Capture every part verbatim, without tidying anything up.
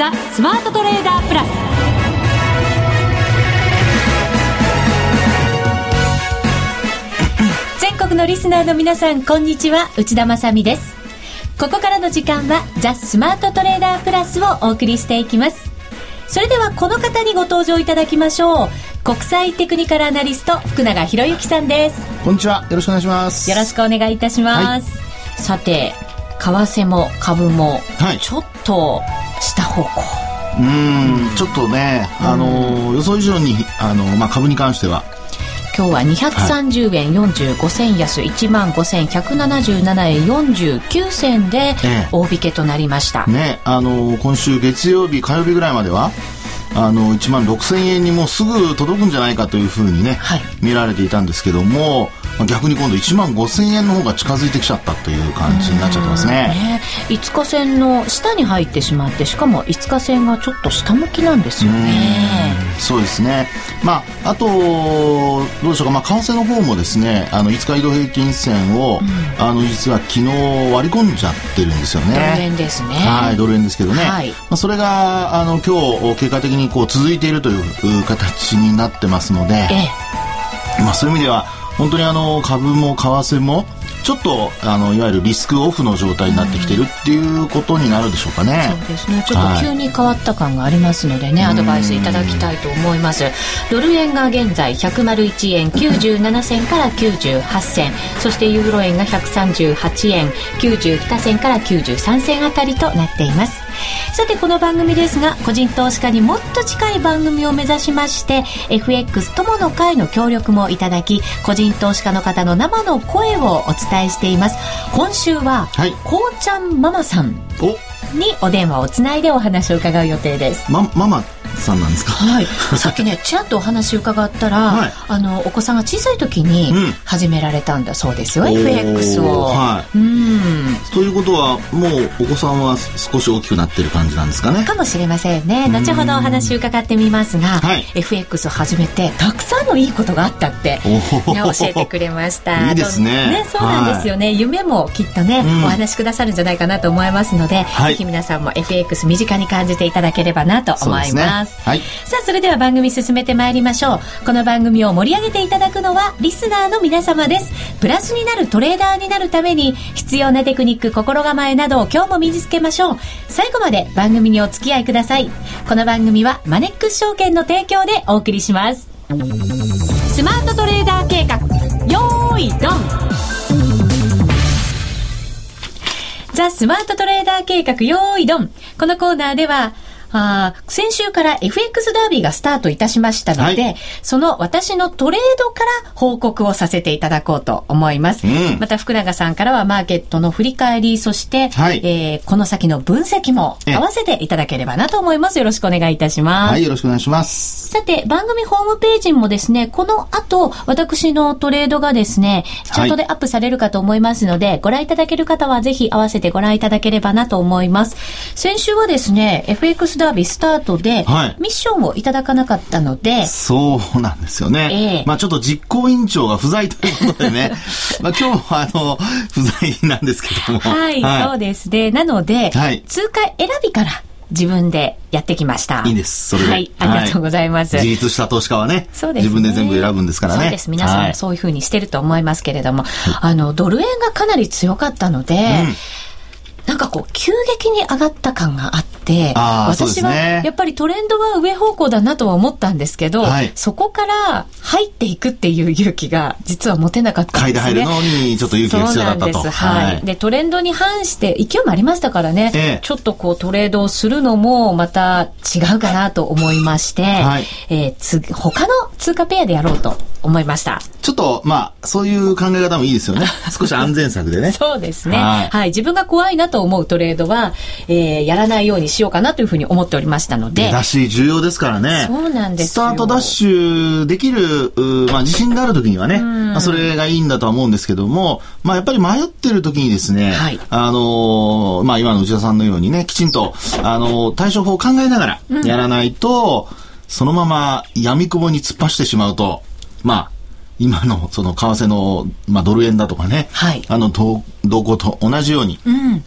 ザ・スマートトレーダープラス。全国のリスナーの皆さん、こんにちは、内田まさみです。ここからの時間はザ・スマートトレーダープラスをお送りしていきます。それではこの方にご登場いただきましょう。国際テクニカルアナリスト、福永博之さんです。 こんにちは、よろしくお願いします。 よろしくお願いいたします、はい、さて、為替も株もちょっと下方向、はい、うーんちょっとね、あの予想以上にあの、まあ、株に関しては今日はにひゃくさんじゅうえんよんじゅうご銭安、いちまんごせんひゃくななじゅうななえんよんじゅうきゅう銭で大引けとなりました、 ねね、あの今週月曜日火曜日ぐらいまではあのいちまんろくせんえんにもうすぐ届くんじゃないかというふうにね、はい、見られていたんですけども、逆に今度いちまんごせんえんの方が近づいてきちゃったという感じになっちゃってますね。 ね、いつか線の下に入ってしまって、しかもいつか線がちょっと下向きなんですよね。 うそうですね。まあ、あとどうでしょうか、まあ、為替の方もですね、あのいつか移動平均線を、うん、あの実は昨日割り込んじゃってるんですよね。 ドル円ですね。 はい、ドル円ですけどね、はい、まあ、それがあの今日結果的にこう続いているという形になってますので、ええ、まあ、そういう意味では本当にあの株も為替もちょっとあのいわゆるリスクオフの状態になってきてるっていうことになるでしょうかね。 そうですね、ちょっと急に変わった感がありますのでね、はい、アドバイスいただきたいと思います。ドル円が現在ひゃくいちえんきゅうじゅうなな銭からきゅうじゅうはち銭、そしてユーロ円がひゃくさんじゅうはちえんきゅうじゅうに銭からきゅうじゅうさん銭あたりとなっています。さて、この番組ですが、個人投資家にもっと近い番組を目指しまして エフエックス 友の会の協力もいただき、個人投資家の方の生の声をお伝えしています。今週は、はい、こうちゃんママさんにお電話をつないでお話を伺う予定です。 ま、ママさんなんですか？ はい、さっきねちらっとお話伺ったら、はい、あのお子さんが小さい時に始められたんだそうですよ、うん、エフエックス を、はい、うん、 ということはもうお子さんは少し大きくなってる感じなんですかね。 かもしれませんね。後ほどお話伺ってみますが、はい、エフエックス を始めてたくさんのいいことがあったって、ね、教えてくれました。 いいです ね, ねそうなんですよね、はい、夢もきっとね、うん、お話しくださるんじゃないかなと思いますので、はい、ぜひ皆さんも エフエックス 身近に感じていただければなと思います。はい、さあ、それでは番組進めてまいりましょう。この番組を盛り上げていただくのはリスナーの皆様です。プラスになるトレーダーになるために必要なテクニック、心構えなどを今日も身につけましょう。最後まで番組にお付き合いください。この番組はマネックス証券の提供でお送りします。スマートトレーダー計画、よーいドン。ザ・スマートトレーダー計画、よーいドン。このコーナーではあ先週から エフエックス ダービーがスタートいたしましたので、はい、その私のトレードから報告をさせていただこうと思います、うん、また福永さんからはマーケットの振り返り、そして、はい、えー、この先の分析も合わせていただければなと思います。よろしくお願いいたします。 はい、よろしくお願いします。 さて、番組ホームページもですね、この後私のトレードがですねチャートでアップされるかと思いますので、はい、ご覧いただける方はぜひ合わせてご覧いただければなと思います。先週はですね エフエックスダービースタートで、はい、ミッションをいただかなかったので、 そうなんですよね、えー、まあちょっと実行委員長が不在ということでねまあ今日はあの不在なんですけども、 はい、はい、そうですね。なので、はい、通貨選びから自分でやってきました。 いいです。それで、はい、 ありがとうございます。 はい、自立した投資家はね、 そうですね、 自分で全部選ぶんですからね。 そうです。皆さんもそういう風にしてると思いますけれども、はい、あのドル円がかなり強かったので、うん、なんかこう急激に上がった感があって、私はやっぱりトレンドは上方向だなとは思ったんですけど、はい、そこから入っていくっていう勇気が実は持てなかったんですね。 買いで入るのにちょっと勇気が必要だったと。 そうなんです、はいはい、でトレンドに反して勢いもありましたからね、ええ、ちょっとこうトレードをするのもまた違うかなと思いまして、はい、えー、つ他の通貨ペアでやろうと思いました。 ちょっとまあそういう考え方もいいですよね。少し安全策でねそうですね、はいはい、自分が怖いなと思うトレードは、えー、やらないようにしようかなというふうに思っておりましたので。 出だし重要ですからね。 そうなんですよ。 スタートダッシュできる、まあ、自信がある時にはね、まあ、それがいいんだとは思うんですけども、まあ、やっぱり迷ってる時にですね、はい、あのー、まあ、今の内田さんのようにね、きちんと、あのー、対処法を考えながらやらないと、うん、そのまま闇雲に突っ走ってしまうと、まあ今のその為替の、まあ、ドル円だとかね、はい、あの動向と同じように、うん、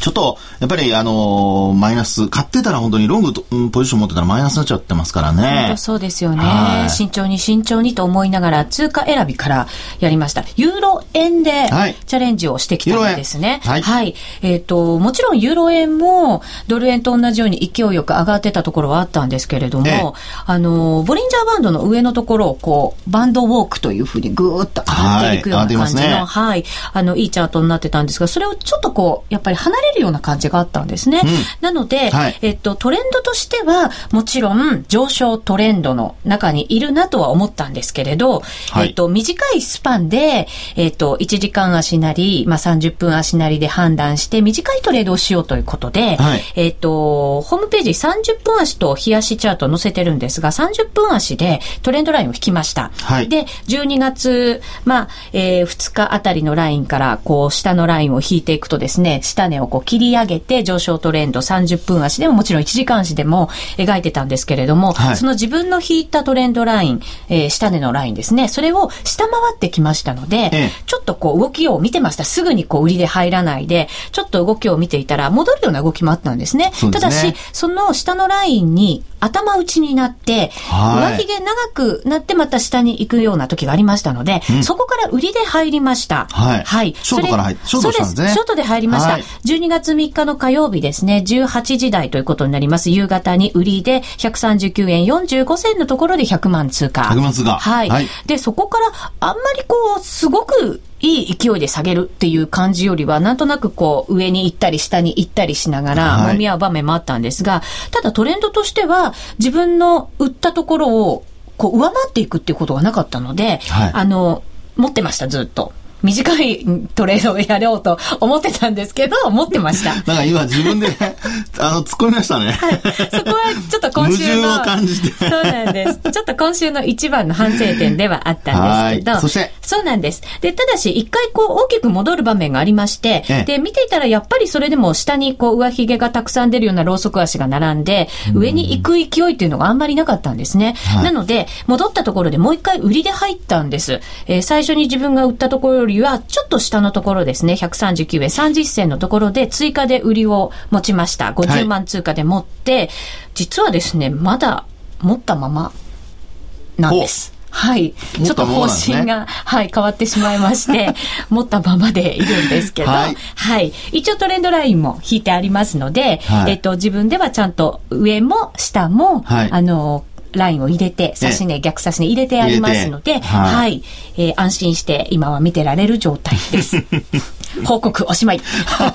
ちょっと、やっぱり、あのー、マイナス、買ってたら本当にロングと、うん、ポジション持ってたらマイナスになっちゃってますからね。 本当そうですよね。慎重に慎重にと思いながら、通貨選びからやりました。ユーロ円でチャレンジをしてきたんですね。はい。はい。えっと、もちろんユーロ円もドル円と同じように勢いよく上がってたところはあったんですけれども、ええ、あの、ボリンジャーバンドの上のところをこう、バンドウォークというふうにぐーっと上がっていくような感じの、はい、はい、あの、いいチャートになってたんですが、それをちょっとこう、やっぱり離れるような感じがあったんですね。うん、なので、はい、えっと、トレンドとしては、もちろん上昇トレンドの中にいるなとは思ったんですけれど、はい、えっと、短いスパンで、えっと、いちじかん足なり、まあ、さんじゅっぷん足なりで判断して、短いトレードをしようということで、はい、えっと、ホームページさんじゅっぷん足と日足チャート載せてるんですが、さんじゅっぷん足でトレンドラインを引きました。はい、で、じゅうにがつ、まあ、えー、ふつかあたりのラインから、こう、下のラインを引いていくとですね、下値をこう切り上げて上昇トレンドさんじゅっぷん足でももちろんいちじかん足でも描いてたんですけれども、はい、その自分の引いたトレンドライン、えー、下値のラインですね、それを下回ってきましたので、ええ、ちょっとこう動きを見てました。すぐにこう売りで入らないで、ちょっと動きを見ていたら戻るような動きもあったんですね。そうですね。ただし、その下のラインに頭打ちになって、はい、上髭長くなってまた下に行くような時がありましたので、うん、そこから売りで入りました。はい。はい。 ショートから入って、ショートしたんですね。 ショートで入りました。はい、じゅうにがつみっかの火曜日ですね、じゅうはちじ台ということになります。夕方に売りでひゃくさんじゅうきゅうえんよんじゅうごせんのところでひゃくまん通過。 ひゃくまん通過。 はい。はい、で、そこからあんまりこう、すごくいい勢いで下げるっていう感じよりは、なんとなくこう、上に行ったり下に行ったりしながら、揉み合う場面もあったんですが、ただトレンドとしては、自分の売ったところを、こう、上回っていくっていうことがなかったので、はい、あの、持ってました、ずっと。短いトレードをやろうと思ってたんですけど、持ってました。 なんか今自分で、あの、突っ込みましたね。 はい。そこはちょっと今週の。 矛盾を感じて。 そうなんです。ちょっと今週の一番の反省点ではあったんですけど。 はい。そして。 そうなんです。で、ただし、一回こう大きく戻る場面がありまして、ええ、で、見ていたらやっぱりそれでも下にこう上髭がたくさん出るようなローソク足が並んで、上に行く勢いっていうのがあんまりなかったんですね。はい、なので、戻ったところでもう一回売りで入ったんです。えー、最初に自分が売ったところよりは、ちょっと下のところですね、ひゃくさんじゅうきゅうえんさんじゅっせんのところで追加で売りを持ちました。ごじゅうまん通貨で持って、はい、実はですね、まだ持ったままなんです。はい。ちょっと方針が、はい、変わってしまいまして、持ったままでいるんですけど、はい、はい。一応トレンドラインも引いてありますので、はい、えっと、自分ではちゃんと上も下も、はい、あの、ラインを入れて、差し値、逆差し値入れてありますので、はい、はい、えー、安心して今は見てられる状態です。報告おしまい。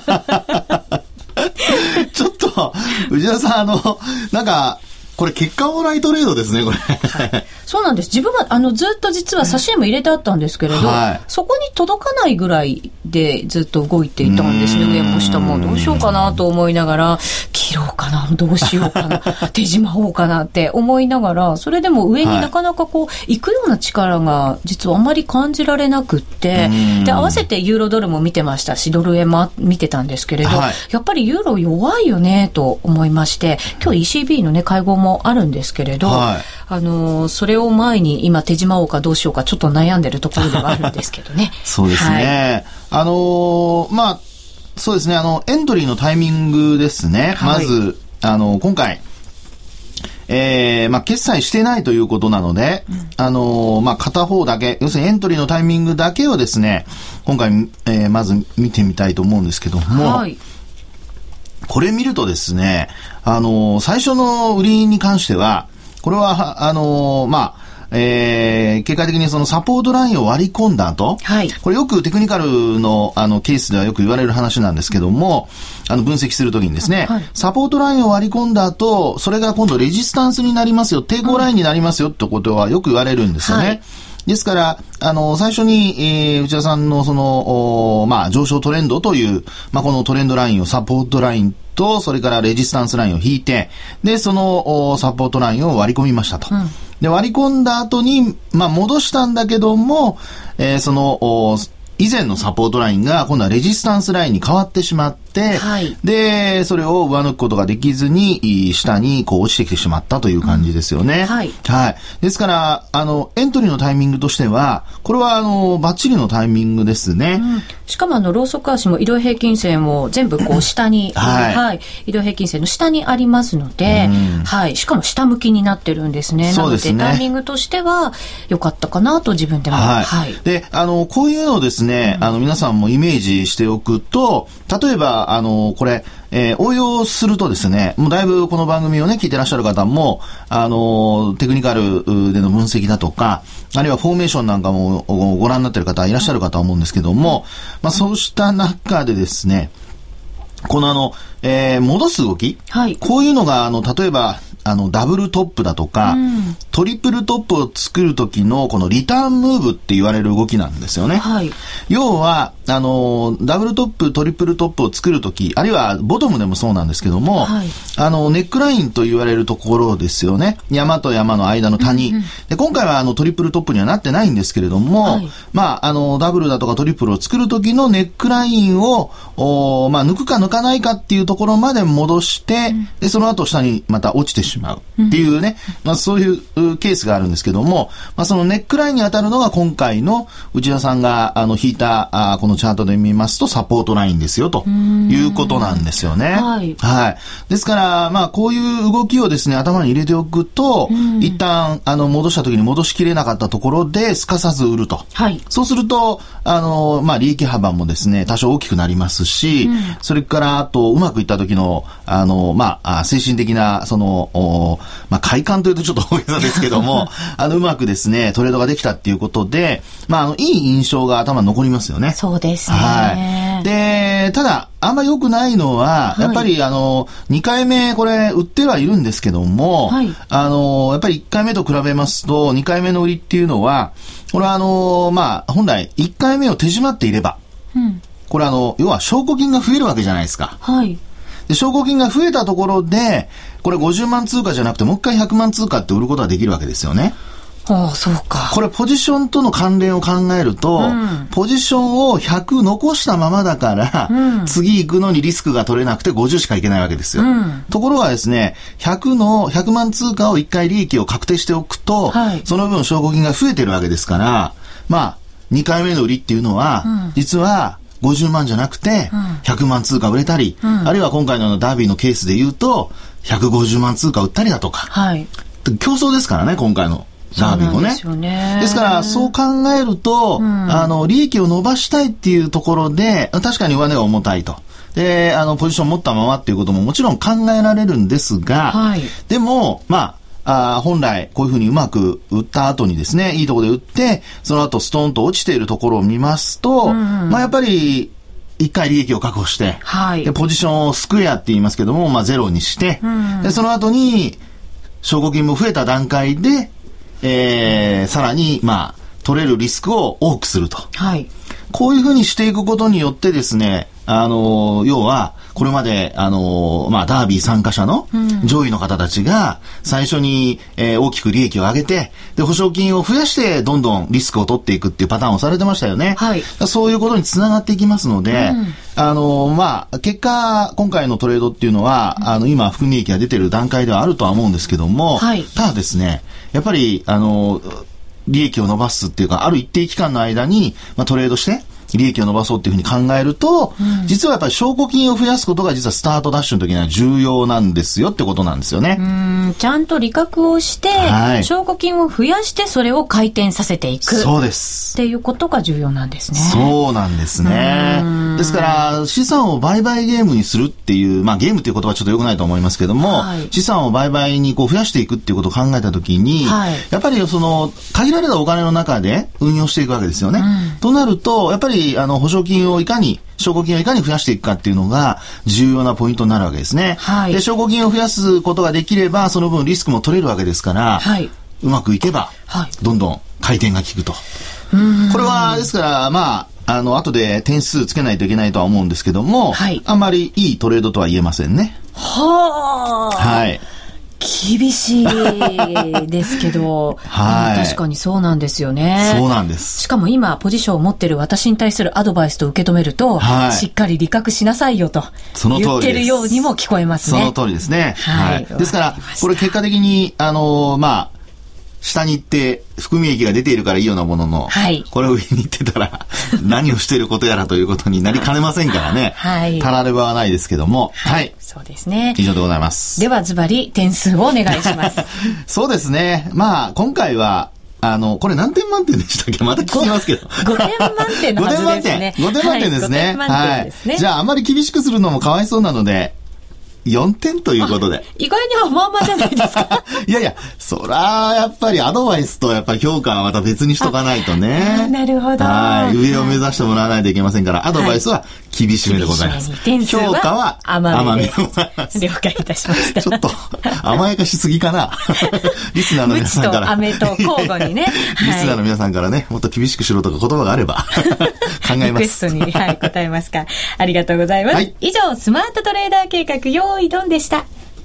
ちょっと、内田さん、あの、なんか、これ結果オーライトレードですね、これ。はい、 そうなんです。自分はあのずっと実は差し値も入れてあったんですけれど、はい、そこに届かないぐらいでずっと動いていたんですね。上も下もどうしようかなと思いながら、切ろうかな、どうしようかな、手締まおうかなって思いながら、それでも上になかなかこう、はい、行くような力が実はあまり感じられなくって、で、合わせてユーロドルも見てましたし、ドル円も見てたんですけれど、はい、やっぱりユーロ弱いよねと思いまして、今日 イーシービー のね、会合もあるんですけれど、はい、あのそれを前に今手締まおうかどうしようかちょっと悩んでるところではあるんですけどね。 そうですね。はい、あのー、まあそうですね、あのエントリーのタイミングですね。はい、まずあの今回、えー、まあ決済してないということなので、うん、あのー、まあ片方だけ、要するにエントリーのタイミングだけをですね、今回、えー、まず見てみたいと思うんですけども。はい、これ見るとですね、あのー、最初の売りに関しては、これは、あのー、まあ、えー、結果的にそのサポートラインを割り込んだ後、はい、これよくテクニカルのあのケースではよく言われる話なんですけども、あの分析するときにですね、はい、サポートラインを割り込んだ後、それが今度レジスタンスになりますよ、抵抗ラインになりますよってことはよく言われるんですよね。はい、ですから、あの、最初に、えー、内田さんのその、まあ、上昇トレンドという、まあ、このトレンドラインをサポートラインと、それからレジスタンスラインを引いて、で、その、サポートラインを割り込みましたと。うん、で、割り込んだ後に、まあ、戻したんだけども、えー、その、 以前のサポートラインが今度はレジスタンスラインに変わってしまって、はい、で、それを上抜くことができずに、下にこう落ちてきてしまったという感じですよね。うん、はい。はい。ですから、あの、エントリーのタイミングとしては、これはあの、バッチリのタイミングですね。うん、 しかもあの、ローソク足も移動平均線も全部こう下に、はい、はい。移動平均線の下にありますので、うん、はい。しかも下向きになってるんですね。そうですね。なので、タイミングとしては良かったかなと自分でも。はい。はい、 で、あの、こういうのをですね、うん、あの、皆さんもイメージしておくと、例えば、あの、これ、えー、応用するとですね、もうだいぶこの番組をね、聞いてらっしゃる方も、あの、テクニカルでの分析だとか、あるいはフォーメーションなんかもご覧になっている方いらっしゃるかと思うんですけども、まあそうした中でですね、このあの、えー、戻す動き、はい、こういうのが、あの、例えば、あの、ダブルトップだとか、うん、トリプルトップを作るときの、このリターンムーブって言われる動きなんですよね。はい、要は、あの、ダブルトップ、トリプルトップを作るとき、あるいはボトムでもそうなんですけども、はい、あの、ネックラインと言われるところですよね。山と山の間の谷。うんうん、で今回はあの、トリプルトップにはなってないんですけれども、はい、まあ、あの、ダブルだとかトリプルを作るときのネックラインを、おまあ、抜くか抜かないかっていうところまで戻して、うん、で、その後下にまた落ちてしまうっていうね、うん、まあ、そういうケースがあるんですけども、まあ、そのネックラインに当たるのが今回の内田さんがあの引いたあこのチャートで見ますとサポートラインですよということなんですよね。はい。はい。ですから、まあ、こういう動きをですね、頭に入れておくと、一旦あの戻した時に戻しきれなかったところですかさず売ると。はい。そうすると、あの、まあ、利益幅もですね、多少大きくなりますし、うん、それからあとうまくいった時のあの、まあ、精神的なその、まあ、快感というとちょっと大げさですけども、あのうまくですねトレードができたっていうことで、まあ、あのいい印象が頭に残りますよね。 そうですね。 はい。で、ただあんま良くないのは、はい、やっぱりあのにかいめこれ売ってはいるんですけども、はい、あのやっぱりいっかいめと比べますとにかいめの売りっていうのは、これはあのまあ本来いっかいめを手締まっていれば、うん、これあの要は証拠金が増えるわけじゃないですか。はい。で、証拠金が増えたところで、これごじゅうまん通貨じゃなくてもう一回ひゃくまん通貨って売ることができるわけですよね。 ああ、そうか。 これポジションとの関連を考えると、うん、ポジションをひゃく残したままだから、うん、次行くのにリスクが取れなくてごじゅうしかいけないわけですよ。うん、ところがですね、ひゃくのひゃくまん通貨を一回利益を確定しておくと、はい、その分証拠金が増えてるわけですから、まあ、にかいめの売りっていうのは、うん、実は、ごじゅうまんじゃなくてひゃくまん通貨売れたり、うん、あるいは今回のダービーのケースで言うとひゃくごじゅうまん通貨売ったりだとか、はい、競争ですからね今回のダービーもね。ですよね。ですからそう考えると、うん、あの利益を伸ばしたいっていうところで確かに上値が重たいと。で、あのポジション持ったままっていうことももちろん考えられるんですが、はい、でもまああ本来こういうふうにうまく売った後にですね、いいところで売ってその後ストーンと落ちているところを見ますと、うん、まあやっぱり一回利益を確保して、はい、でポジションをスクエアって言いますけども、まあゼロにして、うん、でその後に証拠金も増えた段階で、えー、さらにまあ取れるリスクを多くすると、はい、こういうふうにしていくことによってですね、あの要はこれまであのまあダービー参加者の上位の方たちが最初に、えー、大きく利益を上げて、で保証金を増やしてどんどんリスクを取っていくっていうパターンをされてましたよね。はい、そういうことにつながっていきますので、うん、あのまあ結果今回のトレードっていうのは、うん、あの今含み益が出てる段階ではあるとは思うんですけども、はい、ただですね、やっぱりあの利益を伸ばすっていうか、ある一定期間の間に、まあ、トレードして利益を伸ばそうっていうふうに考えると、うん、実はやっぱり証拠金を増やすことが実はスタートダッシュの時には重要なんですよってことなんですよね。 うーん、ちゃんと利確をして、はい、証拠金を増やしてそれを回転させていく。そうです。っていうことが重要なんですね。 そうなんですね。ですから資産を売買ゲームにするっていう、まあゲームっていう言葉はちょっと良くないと思いますけども、はい、資産を売買にこう増やしていくっていうことを考えた時に、はい、やっぱりその限られたお金の中で運用していくわけですよね。うん、となるとやっぱりあの保証金をいかに証拠金をいかに増やしていくかっていうのが重要なポイントになるわけですね。はい、で証拠金を増やすことができればその分リスクも取れるわけですから、はい、うまくいけば、はい、どんどん回転が効くと。これはですからまああの後で点数つけないといけないとは思うんですけども、はい、あんまりいいトレードとは言えませんね。はあ。はい。 厳しいですけど、はい、確かにそうなんですよね。 そうなんです。 しかも今ポジションを持っている私に対するアドバイスと受け止めると、はい、しっかり理覚しなさいよと言ってるようにも聞こえますね。 その通りですね。はい。はい、ですからこれ結果的にあのまあ下に行って含み益が出ているからいいようなものの、はい、これを上に行ってたら何をしていることやらということになりかねませんからね。はい。たらればはないですけども、はい。はい、 そうですね。 以上でございます。 ではズバリ点数をお願いします。 そうですね。まあ今回はあの、これ何点満点でしたっけ？また聞きますけど。 ごてん満点のはずですね。 ごてん満点ですね。はい。じゃああまり厳しくするのもかわいそうなので、よんてんということで。 意外にはまあまあじゃないですか。 いやいや、そら、やっぱりアドバイスとやっぱり評価はまた別にしとかないとね。 なるほど。 はい。上を目指してもらわないといけませんから、アドバイスは厳しめでございます。はい、評価は甘めでございます。 了解いたしました。 ちょっと甘やかしすぎかな。リスナーの皆さんから。 ムチと飴と交互にね。 リスナーの皆さんからね、もっと厳しくしろとか言葉があれば考えます。リクエストに、はい、答えますか。ありがとうございます。はい、以上、スマートトレーダー計画、用意ドンでした。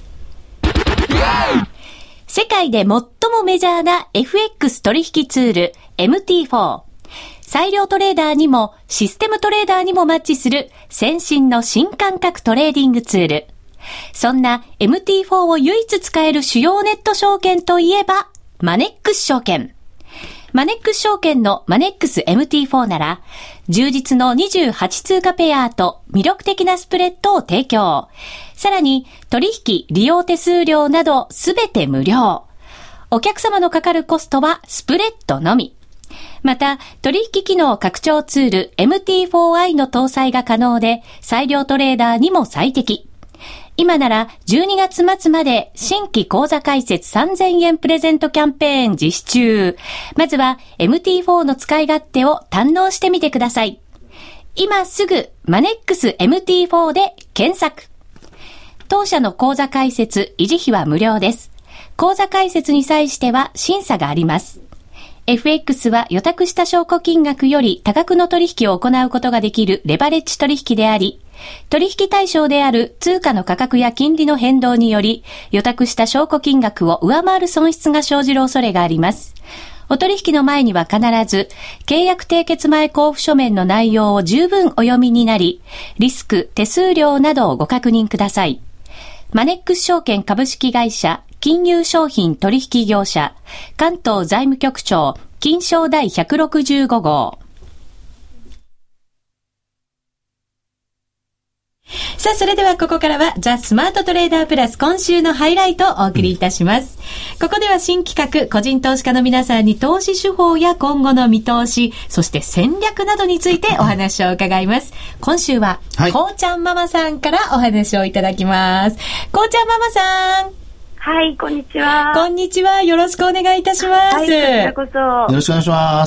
世界で最もメジャーな エフエックス 取引ツール エムティーフォー。裁量トレーダーにもシステムトレーダーにもマッチする先進の新感覚トレーディングツール。そんな エムティーフォー を唯一使える主要ネット証券といえばマネックス証券。マネックス証券のマネックス エムティーフォー なら、充実のにじゅうはち通貨ペアと魅力的なスプレッドを提供。さらに、取引、利用手数料などすべて無料。お客様のかかるコストはスプレッドのみ。また、取引機能拡張ツール エムティーフォーアイ の搭載が可能で、裁量トレーダーにも最適。今ならじゅうにがつ末まで新規口座開設さんぜんえんプレゼントキャンペーン実施中。まずは エムティーフォー の使い勝手を堪能してみてください。今すぐマネックス エムティーフォー で検索。当社の口座開設維持費は無料です。口座開設に際しては審査があります。エフエックス は予託した証拠金額より多額の取引を行うことができるレバレッジ取引であり、取引対象である通貨の価格や金利の変動により、予託した証拠金額を上回る損失が生じる恐れがあります。お取引の前には必ず、契約締結前交付書面の内容を十分お読みになり、リスク、手数料などをご確認ください。マネックス証券株式会社、金融商品取引業者、関東財務局長、金商第ひゃくろくじゅうご号。さあ、それではここからはザ・スマートトレーダープラス今週のハイライトをお送りいたします。ここでは新企画、個人投資家の皆さんに投資手法や今後の見通し、そして戦略などについてお話を伺います。今週は、はい、こうちゃんママさんからお話をいただきます。こうちゃんママさん。 はい、こんにちは。 こんにちは。よろしくお願いいたします。はい、 こちらこそ。よろしくお願いします。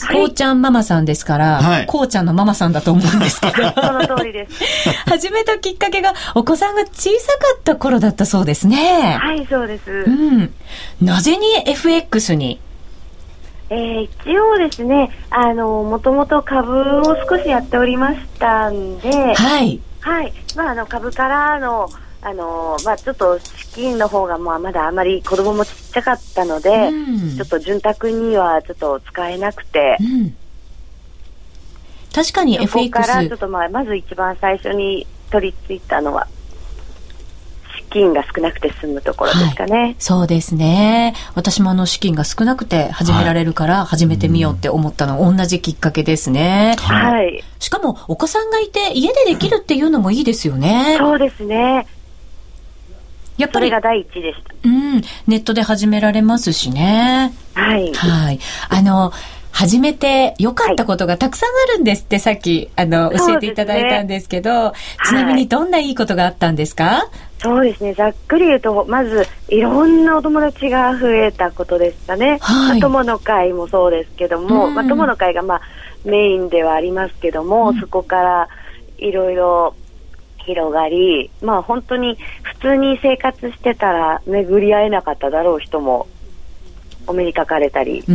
こうちゃんママさんですから、はい、こうちゃんのママさんだと思うんですけど。 その通りです。 始めたきっかけが、お子さんが小さかった頃だったそうですね。 はい、そうです。 うん。なぜに エフエックス に？ えー、一応ですね、あの、もともと株を少しやっておりましたんで、 はい。 はい。まあ、あの、株からの、あのまあ、ちょっと資金の方がまあまだあまり子供もちっちゃかったので、うん、ちょっと潤沢にはちょっと使えなくて、うん、 確かに エフエックスそこからちょっとまあまず一番最初に取り付いたのは資金が少なくて済むところですかね、はい、 そうですね。私もあの資金が少なくて始められるから始めてみようって思ったの、はい、同じきっかけですね、 はい、 しかもお子さんがいて家でできるっていうのもいいですよね。 そうですね。 やっぱりそれが第一でした。 うん、ネットで始められますしね。 はい。 はい。あの、始めて良かったことがたくさんあるんですって、はい、さっき、あの、教えていただいたんですけど、ちなみにどんないいことがあったんですか？ そうですね。ざっくり言うと、まず、いろんなお友達が増えたことですかね。はい。まあ、友の会もそうですけども、まあ、友の会がまあ、メインではありますけども、うん、そこからいろいろ、広がり、まあ本当に普通に生活してたら巡り会えなかっただろう人もお目にかかれたり、うん、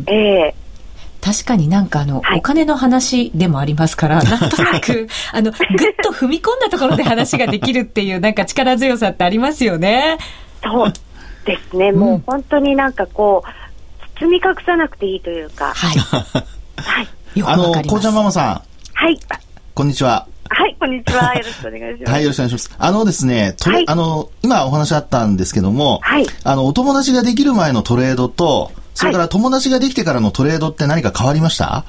えー、確かになんかあの、はい、お金の話でもありますからなんとなくあのぐっと踏み込んだところで話ができるっていうなんか力強さってありますよね。 そうですね、うん、もう本当になんかこう包み隠さなくていいというか、 はい、 はい、 あのこうちゃんママさん、 はい、 こんにちは。 はい、こんにちは。よろしくお願いします。 はい、よろしくお願いします。あのですね、トレ、はい、あの、今お話あったんですけども、はい、あの、お友達ができる前のトレードと、それから友達ができてからのトレードって何か変わりました？はい、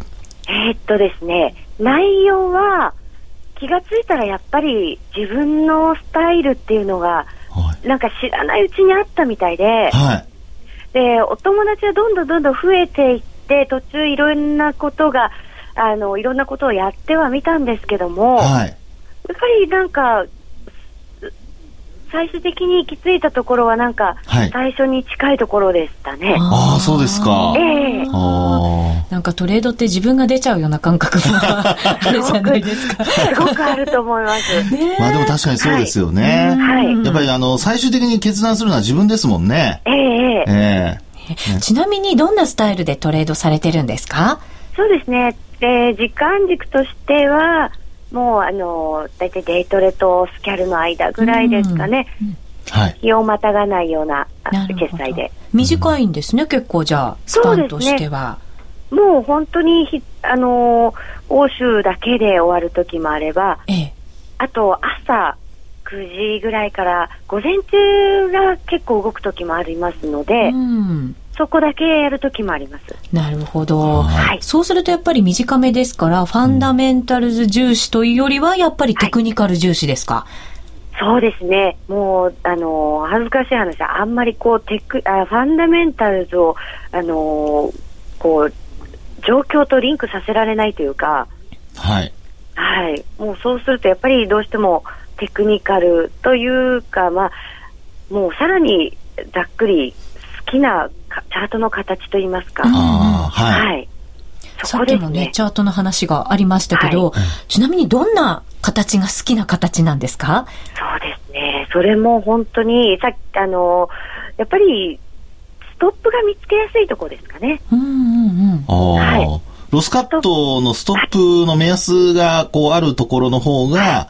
えー、っとですね、内容は、気がついたらやっぱり自分のスタイルっていうのが、はい、なんか知らないうちにあったみたいで、はい、で、お友達はどんどんどんどん増えていって、途中いろんなことが、あのいろんなことをやってはみたんですけども、はい、やっぱりなんか最終的に行き着いたところはなんか、はい、最初に近いところでしたね。 ああ、そうですか。 えー、 あなんかトレードって自分が出ちゃうような感覚があるじゃないですか。 すごくあると思います。 ね、まあでも確かにそうですよね。はい、やっぱりあの最終的に決断するのは自分ですもんね。 えーえーえー、ちなみにどんなスタイルでトレードされてるんですか？ そうですね。で、時間軸としてはもうあのだいたいデイトレとスキャルの間ぐらいですかね、うんうん、はい、日をまたがないような決済で短いんですね、結構。じゃあスパンとしては、 ね、もう本当にひあの欧州だけで終わる時もあれば、ええ、あと朝くじぐらいから午前中が結構動く時もありますので、うん、そこだけやるときもあります。 なるほど、はい、そうするとやっぱり短めですからファンダメンタルズ重視というよりはやっぱりテクニカル重視ですか？ はい、そうですね。もうあの恥ずかしい話はあんまりこうテクあファンダメンタルズをあのこう状況とリンクさせられないというか、 はいはい、もうそうするとやっぱりどうしてもテクニカルというか、まあもうさらにざっくり好きなチャートの形といいますか、 あ、はいはい、 さっきもねチャートの話がありましたけど、はい、ちなみにどんな形が好きな形なんですか？ そうですね、それも本当にさっきあのやっぱりストップが見つけやすいところですかね。 うんうんうん、 あ、はい、ロスカットのストップの目安がこうあるところの方が、はい、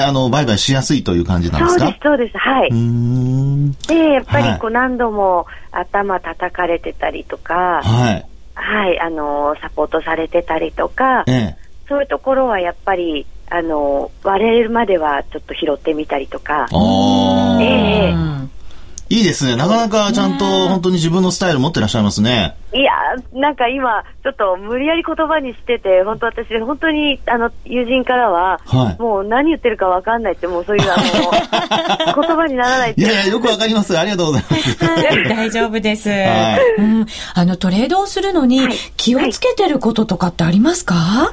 あの売買しやすいという感じなんですか？ そうですそうです、はい。 うーん、 でやっぱりこう何度も頭叩かれてたりとか、はいはい、あのサポートされてたりとか、ええ、そういうところはやっぱりあの割れるまではちょっと拾ってみたりとか、 あ、 えー、 いいですね。なかなかちゃんと本当に自分のスタイル持ってらっしゃいますね。 いやなんか今ちょっと無理やり言葉にしてて、本当私本当にあの友人からは、はい、もう何言ってるか分かんないって、もうそういうあの言葉にならないって。 いやいやよくわかります。ありがとうございます。 はい、大丈夫です、はい、うん、あのトレードをするのに気をつけてることとかってありますか？はい、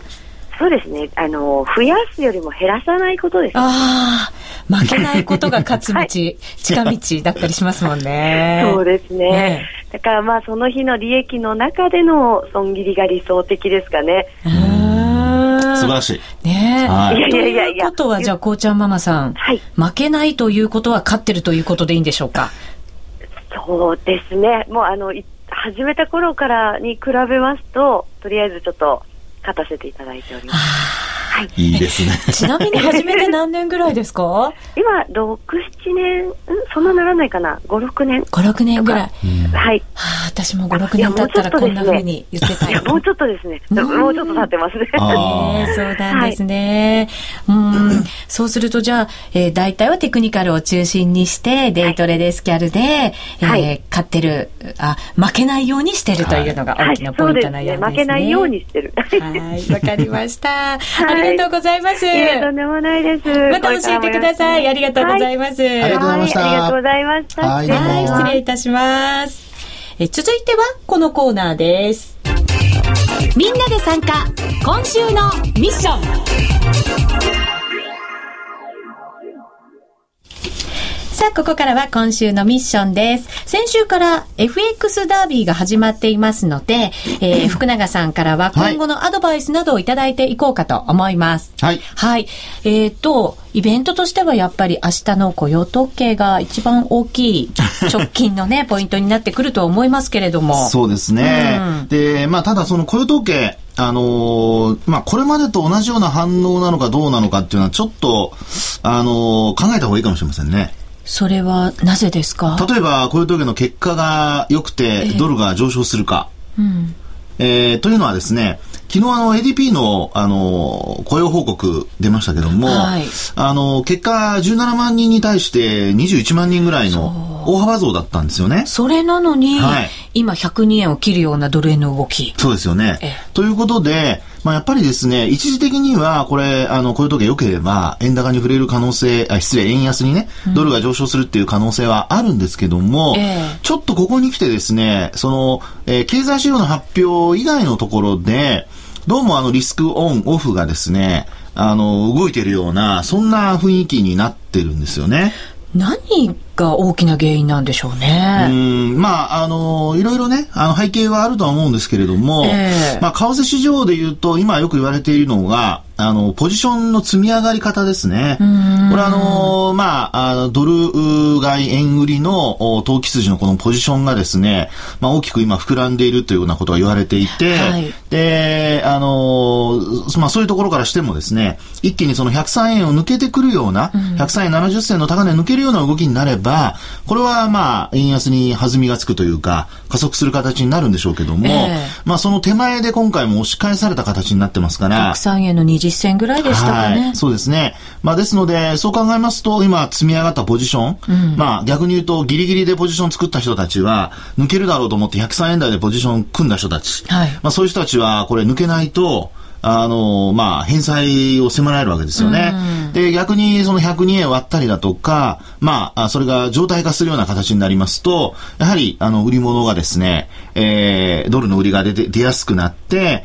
そうですね、あの増やすよりも減らさないことです。 ああ、負けないことが勝つ道、はい、近道だったりしますもんね。 そうですね、ね、だからまあその日の利益の中での損切りが理想的ですかね。 うん、素晴らしいね、 はい、 ということはじゃあこうちゃんママさん、はい、負けないということは勝ってるということでいいんでしょうか？ そうですね、もうあの始めた頃からに比べますととりあえずちょっと勝たせていただいております。 はい、いいですね。 ちなみに始めて何年ぐらいですか？ 今ろく、ななねん、んそんなならないかな、ご、ろくねん。 ご、ろくねんぐらい。 はい。 はあ、私もご、ろくねん経ったらこんな風に言ってたい。 いや、もうちょっとですね。もうちょっと経ってますね。 えー、そうなんですね。はい、うん、そうするとじゃあ、えー、大体はテクニカルを中心にしてデイトレでスキャルで、はい、えーはい、勝ってる、あ、負けないようにしてるというのが大きなポイントなようですね。はい、 負けないようにしてる。 はい、わかりました。はい、ありがとうございます。いや、とんでもないです。 また教えてください。ありがとうございます。はい、 ありがとうございました。 ありがとうございました。 はい、 はい、失礼いたします。え続いてはこのコーナーです。みんなで参加、今週のミッション。さあ、ここからは今週のミッションです。先週から エフエックス ダービーが始まっていますので、えー、福永さんからは今後のアドバイスなどをいただいていこうかと思います。 はい。 はい。えっと、イベントとしてはやっぱり明日の雇用統計が一番大きい直近のね、ポイントになってくると思いますけれども。 そうですね。うん、で、まあ、ただその雇用統計、あのー、まあ、これまでと同じような反応なのかどうなのかっていうのはちょっと、あのー、考えた方がいいかもしれませんね。 それはなぜですか？ 例えば雇用統計の結果が良くてドルが上昇するか、えーうんえー、というのはですね、昨日あの エーディーピー のあの雇用報告出ましたけども、はい、あの結果じゅうななまんにんに対してにじゅういちまんにんぐらいの大幅増だったんですよね。 それなのに、はい、今ひゃくにえんを切るようなドル円の動き。 そうですよね。ええということで、まあ、やっぱりですね、一時的にはこれあの雇用統計良ければ円高に触れる可能性、あ失礼円安にねドルが上昇するっていう可能性はあるんですけども、うんええ、ちょっとここに来てですね、その、えー、経済指標の発表以外のところでどうもあのリスクオンオフがですね、あの動いているようなそんな雰囲気になってるんですよね。 何が大きな原因なんでしょうね。 うーんまああのいろいろねあの背景はあるとは思うんですけれども、えー、まあ為替市場でいうと今よく言われているのがあのポジションの積み上がり方ですね。これあのまああのドル買い円売りの投機筋のこのポジションがですね、まあ大きく今膨らんでいるというようなことが言われていて、はい、であのまあそういうところからしてもですね、一気にそのひゃくさんえんを抜けてくるような、うん、ひゃくさんえんななじゅっせんの高値を抜けるような動きになれば、これはまあ円安に弾みがつくというか加速する形になるんでしょうけども、えー、まあその手前で今回も押し返された形になってますから、 ひゃくさんえんのにじゅっせんぐらいでしたかね。 はい、そうですね。まあですのでそう考えますと今積み上がったポジション、うん、まあ逆に言うとギリギリでポジション作った人たちは抜けるだろうと思ってひゃくさんえん台でポジション組んだ人たち、はい、まあそういう人たちはこれ抜けないとあのまあ返済を迫られるわけですよね。で逆にそのひゃくにえん割ったりだとか、まあそれが常態化するような形になりますと、やはりあの売り物がですね、えー、ドルの売りが出て出やすくなって、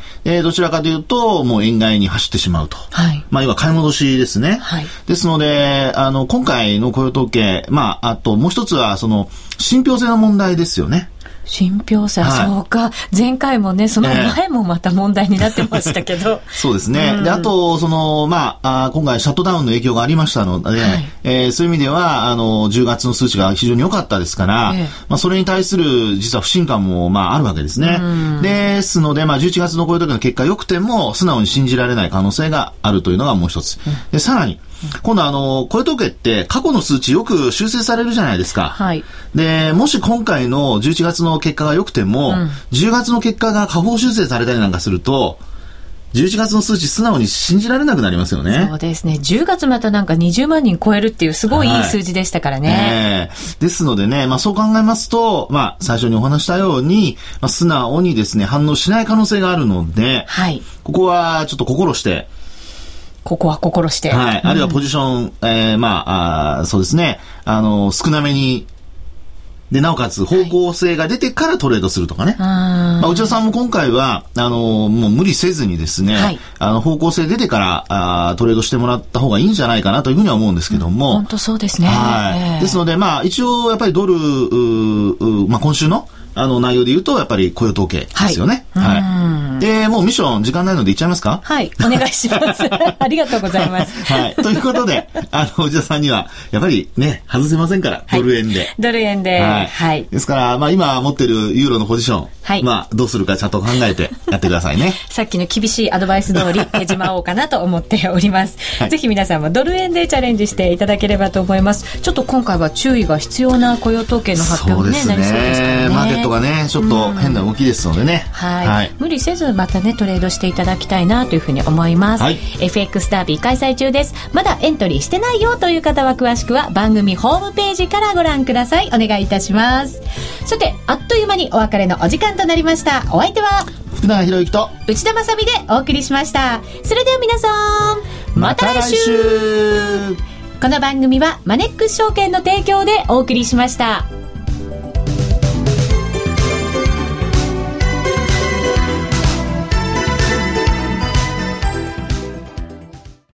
えー、どちらかというともう円買いに走ってしまうと、はい、まあ要は買い戻しですね。はい、ですのであの今回の雇用統計、まああともう一つはその信憑性の問題ですよね。 信憑性、はい、そうか。前回もね、その前もまた問題になってましたけど。 えー、そうですね。うん、で、あと、その、まあ、あ今回シャットダウンの影響がありましたので、はい、えー、そういう意味では、あの、じゅうがつの数値が非常に良かったですから、えー、まあ、それに対する実は不信感も、まあ、あるわけですね。うん、ですので、まあ、じゅういちがつの雇用統計の結果良くても、素直に信じられない可能性があるというのがもう一つ。うん、で、さらに、今度あの雇用統計って過去の数値よく修正されるじゃないですか。はい、でもし今回のじゅういちがつの結果が良くても、うん、じゅうがつの結果が下方修正されたりなんかするとじゅういちがつの数値素直に信じられなくなりますよね。 そうですね。じゅうがつまたなんかにじゅうまんにん超えるっていうすごいいい数字でしたからね。はいえー、ですのでね、まあそう考えますと、まあ最初にお話したように、まあ、素直にですね反応しない可能性があるので、はい、ここはちょっと心してここは心して。 はい。あるいはポジション、うん、えー、まあ、あそうですね。あの、少なめに、で、なおかつ方向性が出てからトレードするとかね。はい、まあ、内田さんも今回は、あの、もう無理せずにですね、はい、あの、方向性出てからあトレードしてもらった方がいいんじゃないかなというふうには思うんですけども。 本当、うん、そうですね。 はい。えー、ですので、まあ、一応、やっぱりドル、まあ、今週の、あの内容で言うとやっぱり雇用統計ですよね。はい。はい、でもうミッション時間ないのでいっちゃいますか。 はい。お願いします。ありがとうございます。 はい。ということであの内田さんにはやっぱりね外せませんから、はい、ドル円で。 ドル円で。はい。はい、 ですからまあ今持ってるユーロのポジション、はい、まあどうするかちゃんと考えてやってくださいね。 さっきの厳しいアドバイス通り手締まおうかなと思っております。はい、ぜひ皆さんもドル円でチャレンジしていただければと思います。ちょっと今回は注意が必要な雇用統計の発表に、ね、なりそうですからね。 マーケットがねちょっと変な動きですのでね、 はいはい、無理せずまたねトレードしていただきたいなというふうに思います。はい、エフエックス ダービー開催中です。まだエントリーしてないよという方は詳しくは番組ホームページからご覧ください。お願いいたします。さてあっという間にお別れのお時間となりました。お相手は福永博之と内田まさみでお送りしました。それでは皆さんまた来週、また来週。この番組はマネックス証券の提供でお送りしました。